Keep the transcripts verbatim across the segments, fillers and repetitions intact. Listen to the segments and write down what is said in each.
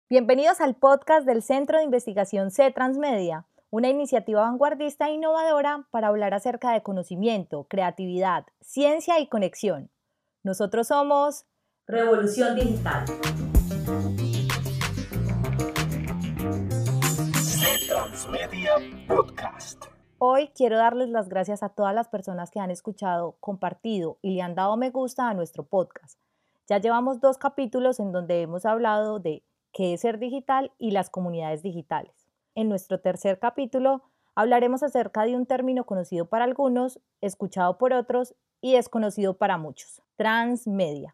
Bienvenidos al podcast del Centro de Investigación C Transmedia, una iniciativa vanguardista e innovadora para hablar acerca de conocimiento, creatividad, ciencia y conexión. Nosotros somos Revolución Digital. C Transmedia Podcast. Hoy quiero darles las gracias a todas las personas que han escuchado, compartido y le han dado me gusta a nuestro podcast. Ya llevamos dos capítulos en donde hemos hablado de qué es ser digital y las comunidades digitales. En nuestro tercer capítulo hablaremos acerca de un término conocido para algunos, escuchado por otros y desconocido para muchos: transmedia.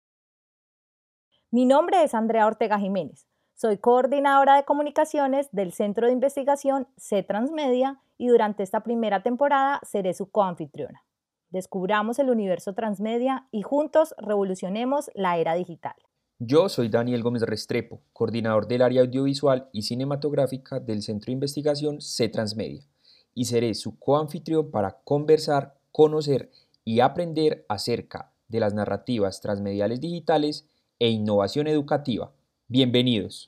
Mi nombre es Andrea Ortega Jiménez. Soy coordinadora de comunicaciones del Centro de Investigación C Transmedia y durante esta primera temporada seré su coanfitriona. Descubramos el universo transmedia y juntos revolucionemos la era digital. Yo soy Daniel Gómez Restrepo, coordinador del área audiovisual y cinematográfica del Centro de Investigación C Transmedia, y seré su coanfitrión para conversar, conocer y aprender acerca de las narrativas transmediales digitales e innovación educativa. Bienvenidos.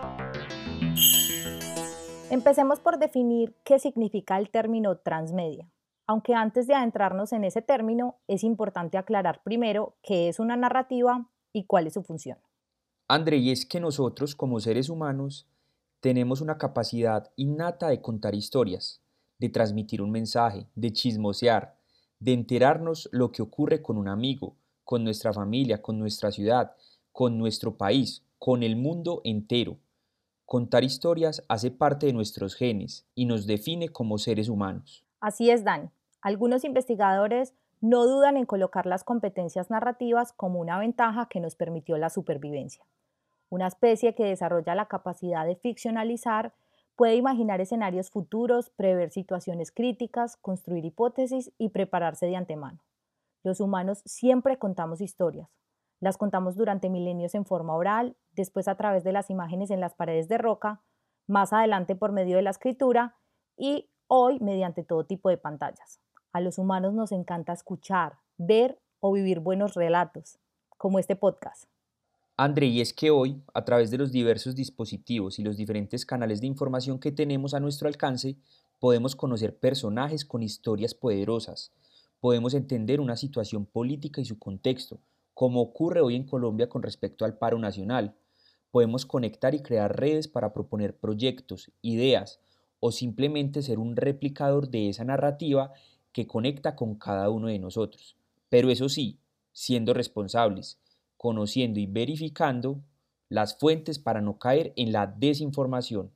Empecemos por definir qué significa el término transmedia. Aunque antes de adentrarnos en ese término, es importante aclarar primero qué es una narrativa y cuál es su función. André, y es que nosotros como seres humanos tenemos una capacidad innata de contar historias, de transmitir un mensaje, de chismosear, de enterarnos lo que ocurre con un amigo, con nuestra familia, con nuestra ciudad, con nuestro país, con el mundo entero. Contar historias hace parte de nuestros genes y nos define como seres humanos. Así es, Dani. Algunos investigadores no dudan en colocar las competencias narrativas como una ventaja que nos permitió la supervivencia. Una especie que desarrolla la capacidad de ficcionalizar puede imaginar escenarios futuros, prever situaciones críticas, construir hipótesis y prepararse de antemano. Los humanos siempre contamos historias. Las contamos durante milenios en forma oral, después a través de las imágenes en las paredes de roca, más adelante por medio de la escritura y hoy mediante todo tipo de pantallas. A los humanos nos encanta escuchar, ver o vivir buenos relatos, como este podcast. André, y es que hoy, a través de los diversos dispositivos y los diferentes canales de información que tenemos a nuestro alcance, podemos conocer personajes con historias poderosas, podemos entender una situación política y su contexto, como ocurre hoy en Colombia con respecto al paro nacional. Podemos conectar y crear redes para proponer proyectos, ideas o simplemente ser un replicador de esa narrativa que conecta con cada uno de nosotros. Pero eso sí, siendo responsables, conociendo y verificando las fuentes para no caer en la desinformación.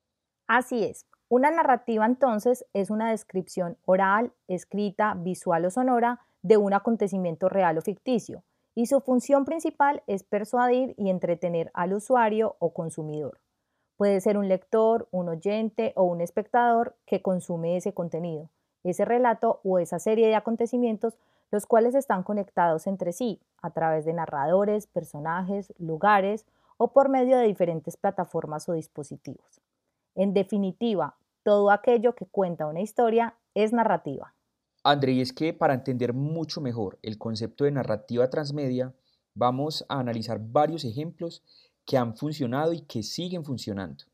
Así es. Una narrativa entonces es una descripción oral, escrita, visual o sonora de un acontecimiento real o ficticio, y su función principal es persuadir y entretener al usuario o consumidor. Puede ser un lector, un oyente o un espectador que consume ese contenido, ese relato o esa serie de acontecimientos, los cuales están conectados entre sí a través de narradores, personajes, lugares o por medio de diferentes plataformas o dispositivos. En definitiva, todo aquello que cuenta una historia es narrativa. André, y es que para entender mucho mejor el concepto de narrativa transmedia, vamos a analizar varios ejemplos que han funcionado y que siguen funcionando.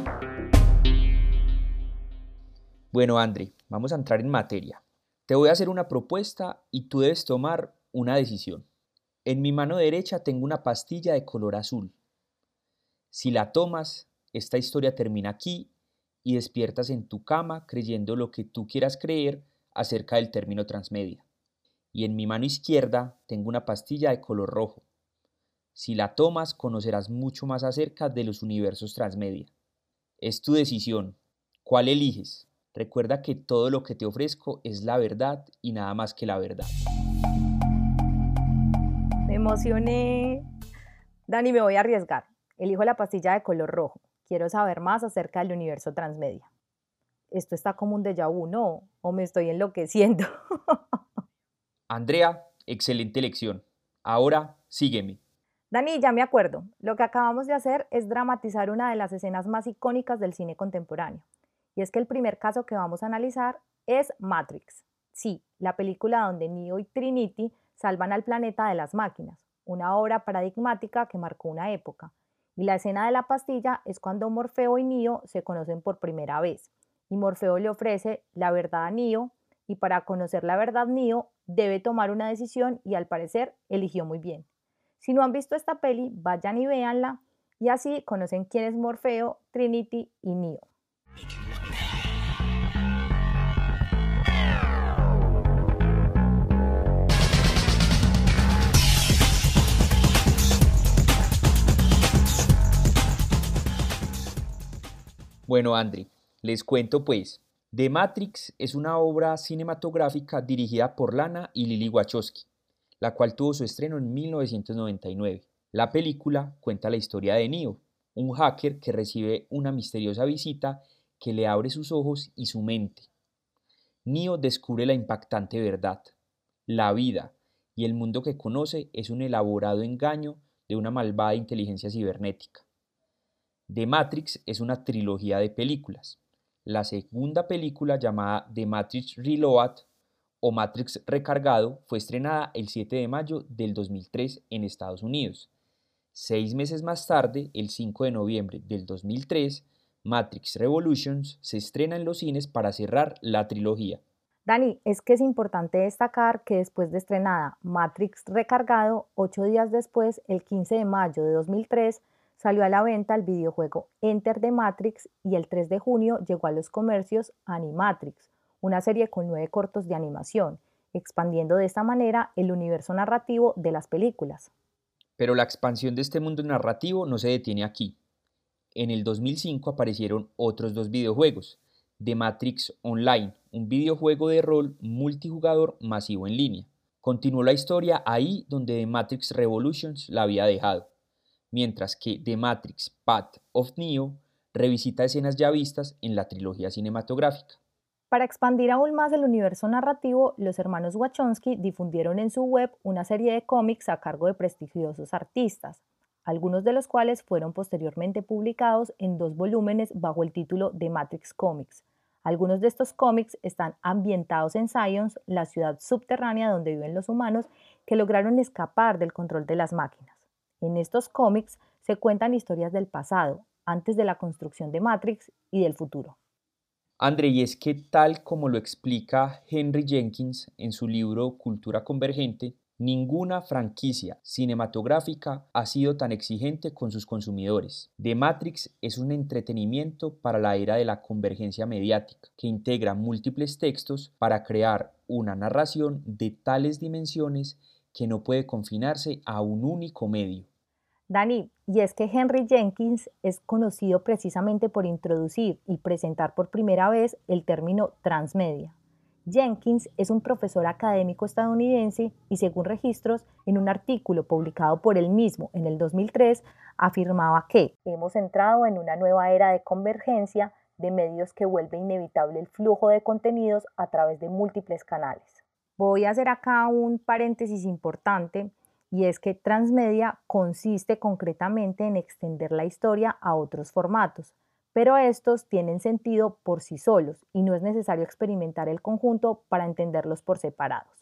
Bueno, André, vamos a entrar en materia. Te voy a hacer una propuesta y tú debes tomar una decisión. En mi mano derecha tengo una pastilla de color azul. Si la tomas, esta historia termina aquí y despiertas en tu cama creyendo lo que tú quieras creer acerca del término transmedia. Y en mi mano izquierda tengo una pastilla de color rojo. Si la tomas, conocerás mucho más acerca de los universos transmedia. Es tu decisión. ¿Cuál eliges? Recuerda que todo lo que te ofrezco es la verdad y nada más que la verdad. Me emocioné. Dani, me voy a arriesgar. Elijo la pastilla de color rojo. Quiero saber más acerca del universo transmedia. Esto está como un déjà vu, ¿no? ¿O me estoy enloqueciendo? Andrea, excelente elección. Ahora sígueme. Dani, ya me acuerdo. Lo que acabamos de hacer es dramatizar una de las escenas más icónicas del cine contemporáneo. Y es que el primer caso que vamos a analizar es Matrix. Sí, la película donde Neo y Trinity salvan al planeta de las máquinas, una obra paradigmática que marcó una época. Y la escena de la pastilla es cuando Morfeo y Neo se conocen por primera vez. Y Morfeo le ofrece la verdad a Neo, y para conocer la verdad Neo debe tomar una decisión y al parecer eligió muy bien. Si no han visto esta peli, vayan y véanla, y así conocen quién es Morfeo, Trinity y Neo. Bueno, André, les cuento pues. The Matrix es una obra cinematográfica dirigida por Lana y Lily Wachowski, la cual tuvo su estreno en mil novecientos noventa y nueve. La película cuenta la historia de Neo, un hacker que recibe una misteriosa visita que le abre sus ojos y su mente. Neo descubre la impactante verdad. La vida y el mundo que conoce es un elaborado engaño de una malvada inteligencia cibernética. The Matrix es una trilogía de películas. La segunda película, llamada The Matrix Reloaded o Matrix Recargado, fue estrenada el siete de mayo del dos mil tres en Estados Unidos. Seis meses más tarde, el cinco de noviembre del dos mil tres, Matrix Revolutions se estrena en los cines para cerrar la trilogía. Dani, es que es importante destacar que después de estrenada Matrix Recargado, ocho días después, el quince de mayo de dos mil tres, salió a la venta el videojuego Enter the Matrix y el tres de junio llegó a los comercios Animatrix, una serie con nueve cortos de animación, expandiendo de esta manera el universo narrativo de las películas. Pero la expansión de este mundo narrativo no se detiene aquí. En el dos mil cinco aparecieron otros dos videojuegos, The Matrix Online, un videojuego de rol multijugador masivo en línea. Continuó la historia ahí donde The Matrix Revolutions la había dejado, mientras que The Matrix Path of Neo revisita escenas ya vistas en la trilogía cinematográfica. Para expandir aún más el universo narrativo, los hermanos Wachowski difundieron en su web una serie de cómics a cargo de prestigiosos artistas, algunos de los cuales fueron posteriormente publicados en dos volúmenes bajo el título de Matrix Comics. Algunos de estos cómics están ambientados en Zions, la ciudad subterránea donde viven los humanos que lograron escapar del control de las máquinas. En estos cómics se cuentan historias del pasado, antes de la construcción de Matrix, y del futuro. André, y es que tal como lo explica Henry Jenkins en su libro Cultura Convergente, ninguna franquicia cinematográfica ha sido tan exigente con sus consumidores. The Matrix es un entretenimiento para la era de la convergencia mediática, que integra múltiples textos para crear una narración de tales dimensiones que no puede confinarse a un único medio. Dani, y es que Henry Jenkins es conocido precisamente por introducir y presentar por primera vez el término transmedia. Jenkins es un profesor académico estadounidense y, según registros, en un artículo publicado por él mismo en el dos mil tres, afirmaba que hemos entrado en una nueva era de convergencia de medios que vuelve inevitable el flujo de contenidos a través de múltiples canales. Voy a hacer acá un paréntesis importante, y es que transmedia consiste concretamente en extender la historia a otros formatos, pero estos tienen sentido por sí solos y no es necesario experimentar el conjunto para entenderlos por separados.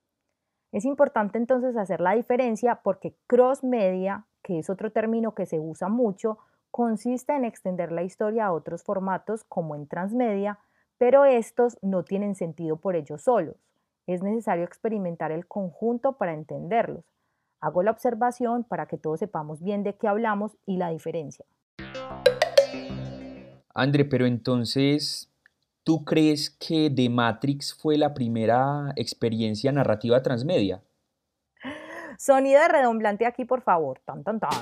Es importante entonces hacer la diferencia porque cross-media, que es otro término que se usa mucho, consiste en extender la historia a otros formatos como en transmedia, pero estos no tienen sentido por ellos solos. Es necesario experimentar el conjunto para entenderlos. Hago la observación para que todos sepamos bien de qué hablamos y la diferencia. André, pero entonces, ¿tú crees que The Matrix fue la primera experiencia narrativa transmedia? Sonido de redomblante aquí, por favor. Tan, tan, tan.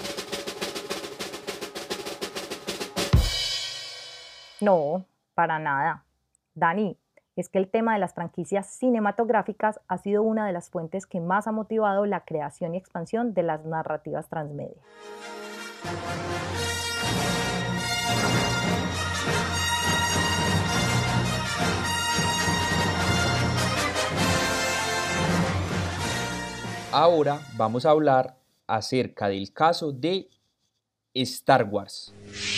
No, para nada. Dani, es que el tema de las franquicias cinematográficas ha sido una de las fuentes que más ha motivado la creación y expansión de las narrativas transmedia. Ahora vamos a hablar acerca del caso de Star Wars.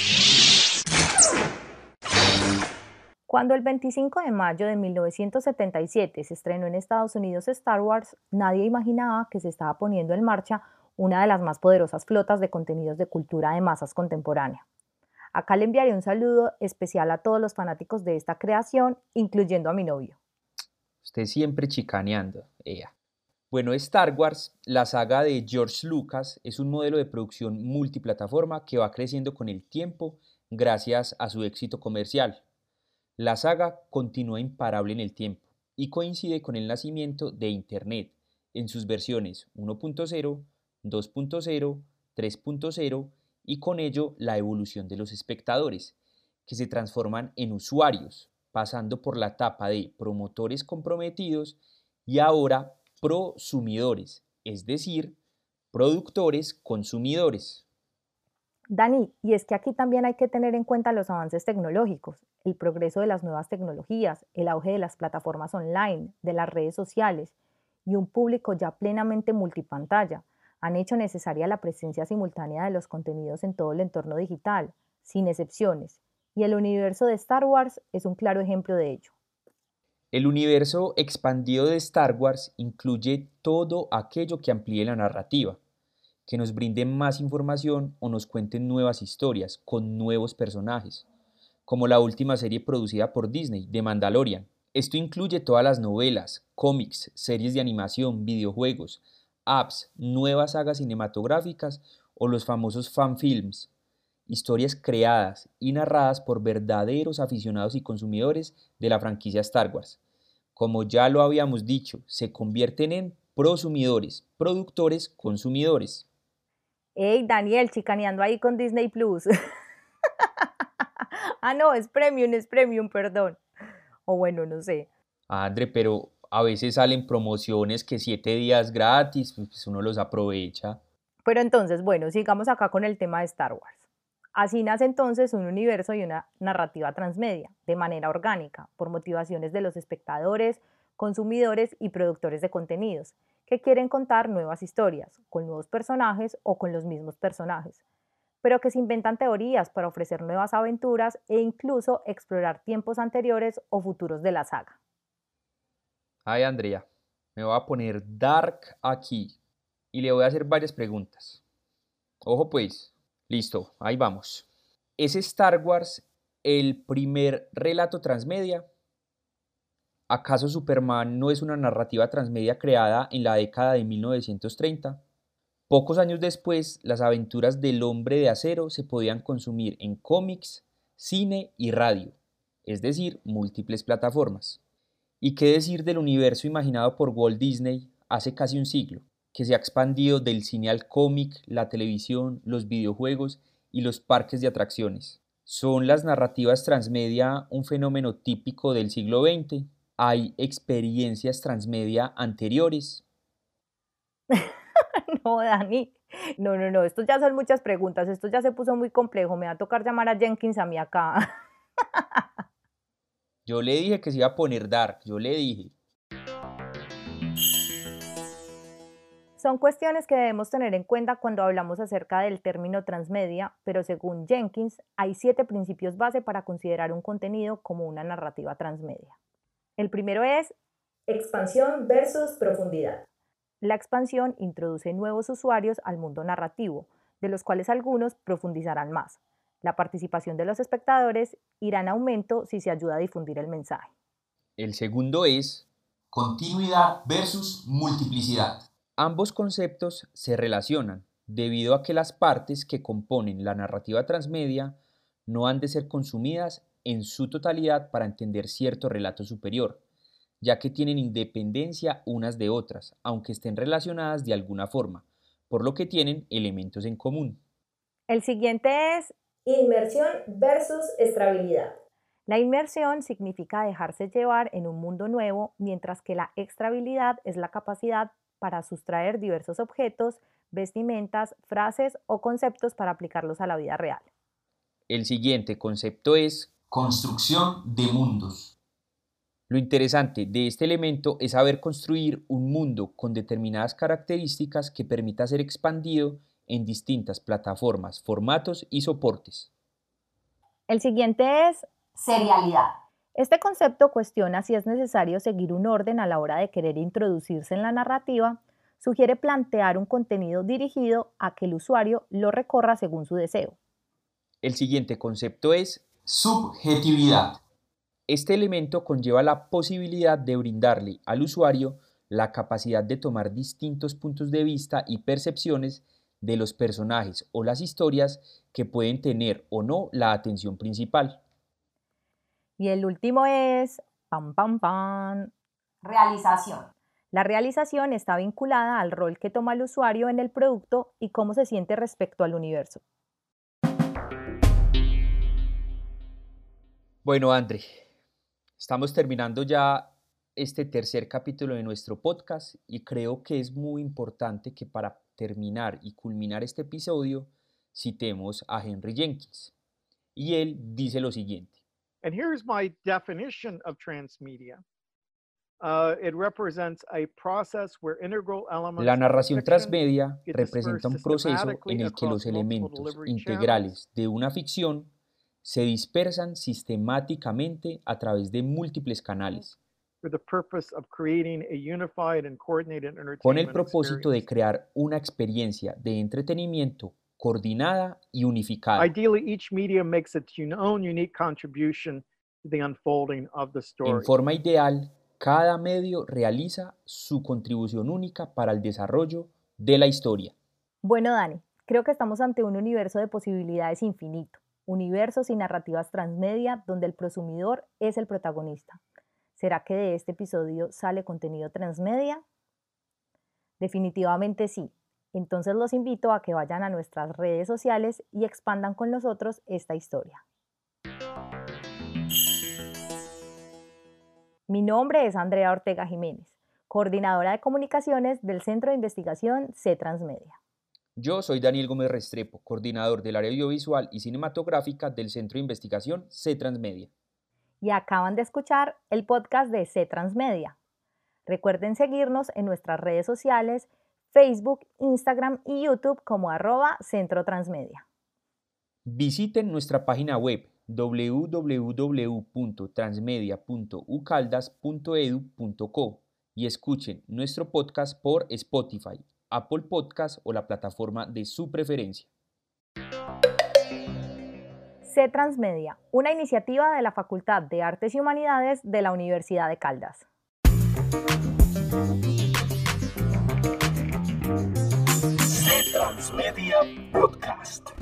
Cuando el veinticinco de mayo de mil novecientos setenta y siete se estrenó en Estados Unidos Star Wars, nadie imaginaba que se estaba poniendo en marcha una de las más poderosas flotas de contenidos de cultura de masas contemporánea. Acá le enviaré un saludo especial a todos los fanáticos de esta creación, incluyendo a mi novio. Usted siempre chicaneando, ea. Bueno, Star Wars, la saga de George Lucas, es un modelo de producción multiplataforma que va creciendo con el tiempo gracias a su éxito comercial. La saga continúa imparable en el tiempo y coincide con el nacimiento de Internet en sus versiones uno punto cero, dos punto cero, tres punto cero y con ello la evolución de los espectadores, que se transforman en usuarios, pasando por la etapa de promotores comprometidos y ahora prosumidores, es decir, productores consumidores. Dani, y es que aquí también hay que tener en cuenta los avances tecnológicos, el progreso de las nuevas tecnologías, el auge de las plataformas online, de las redes sociales y un público ya plenamente multipantalla han hecho necesaria la presencia simultánea de los contenidos en todo el entorno digital, sin excepciones, y el universo de Star Wars es un claro ejemplo de ello. El universo expandido de Star Wars incluye todo aquello que amplíe la narrativa, que nos brinde más información o nos cuenten nuevas historias con nuevos personajes, como la última serie producida por Disney, The Mandalorian. Esto incluye todas las novelas, cómics, series de animación, videojuegos, apps, nuevas sagas cinematográficas o los famosos fanfilms, historias creadas y narradas por verdaderos aficionados y consumidores de la franquicia Star Wars. Como ya lo habíamos dicho, se convierten en prosumidores, productores, consumidores. Hey, Daniel, chicaneando ahí con Disney Plus. Ah, no, es premium, es premium, perdón. O bueno, no sé. André, pero a veces salen promociones que siete días gratis, pues uno los aprovecha. Pero entonces, bueno, sigamos acá con el tema de Star Wars. Así nace entonces un universo y una narrativa transmedia, de manera orgánica, por motivaciones de los espectadores, consumidores y productores de contenidos, que quieren contar nuevas historias, con nuevos personajes o con los mismos personajes, pero que se inventan teorías para ofrecer nuevas aventuras e incluso explorar tiempos anteriores o futuros de la saga. Ay, Andrea, me voy a poner dark aquí y le voy a hacer varias preguntas. Ojo pues, listo, ahí vamos. ¿Es Star Wars el primer relato transmedia? ¿Acaso Superman no es una narrativa transmedia creada en la década de mil novecientos treinta? Pocos años después, las aventuras del Hombre de Acero se podían consumir en cómics, cine y radio, es decir, múltiples plataformas. ¿Y qué decir del universo imaginado por Walt Disney hace casi un siglo, que se ha expandido del cine al cómic, la televisión, los videojuegos y los parques de atracciones? ¿Son las narrativas transmedia un fenómeno típico del siglo veinte? ¿Hay experiencias transmedia anteriores? No, Dani, no, no, no, esto ya son muchas preguntas, esto ya se puso muy complejo, me va a tocar llamar a Jenkins a mí acá. Yo le dije que se iba a poner dark, yo le dije. Son cuestiones que debemos tener en cuenta cuando hablamos acerca del término transmedia, pero según Jenkins, hay siete principios base para considerar un contenido como una narrativa transmedia. El primero es expansión versus profundidad. La expansión introduce nuevos usuarios al mundo narrativo, de los cuales algunos profundizarán más. La participación de los espectadores irá en aumento si se ayuda a difundir el mensaje. El segundo es continuidad versus multiplicidad. Ambos conceptos se relacionan debido a que las partes que componen la narrativa transmedia no han de ser consumidas en su totalidad para entender cierto relato superior, ya que tienen independencia unas de otras, aunque estén relacionadas de alguna forma, por lo que tienen elementos en común. El siguiente es inmersión versus estabilidad. La inmersión significa dejarse llevar en un mundo nuevo, mientras que la estabilidad es la capacidad para sustraer diversos objetos, vestimentas, frases o conceptos para aplicarlos a la vida real. El siguiente concepto es construcción de mundos. Lo interesante de este elemento es saber construir un mundo con determinadas características que permita ser expandido en distintas plataformas, formatos y soportes. El siguiente es serialidad. Este concepto cuestiona si es necesario seguir un orden a la hora de querer introducirse en la narrativa, sugiere plantear un contenido dirigido a que el usuario lo recorra según su deseo. El siguiente concepto es subjetividad. Este elemento conlleva la posibilidad de brindarle al usuario la capacidad de tomar distintos puntos de vista y percepciones de los personajes o las historias que pueden tener o no la atención principal. Y el último es pam, pam, pam, realización. La realización está vinculada al rol que toma el usuario en el producto y cómo se siente respecto al universo. Bueno, André, estamos terminando ya este tercer capítulo de nuestro podcast y creo que es muy importante que para terminar y culminar este episodio citemos a Henry Jenkins. Y él dice lo siguiente. And here's my definition of transmedia. Uh, it represents a process where integral elements La narración of fiction transmedia get representa un dispersed proceso systematically en el que los across multiple elementos delivery integrales de una ficción se dispersan sistemáticamente a través de múltiples canales, for the purpose of creating a unified and coordinated entertainment con el propósito de experience. crear una experiencia de entretenimiento coordinada y unificada. Ideally, each medium makes its own unique contribution to the unfolding of the story. En forma ideal, cada medio realiza su contribución única para el desarrollo de la historia. Bueno, Dani, creo que estamos ante un universo de posibilidades infinito, universos y narrativas transmedia donde el prosumidor es el protagonista. ¿Será que de este episodio sale contenido transmedia? Definitivamente sí. Entonces los invito a que vayan a nuestras redes sociales y expandan con nosotros esta historia. Mi nombre es Andrea Ortega Jiménez, coordinadora de comunicaciones del Centro de Investigación C-Transmedia. Yo soy Daniel Gómez Restrepo, coordinador del área audiovisual y cinematográfica del Centro de Investigación C-Transmedia. Y acaban de escuchar el podcast de C-Transmedia. Recuerden seguirnos en nuestras redes sociales, Facebook, Instagram y YouTube como arroba Centro Transmedia. Visiten nuestra página web w w w punto transmedia punto u caldas punto e d u punto co y escuchen nuestro podcast por Spotify, Apple Podcast o la plataforma de su preferencia. C-Transmedia, una iniciativa de la Facultad de Artes y Humanidades de la Universidad de Caldas. C-Transmedia Podcast.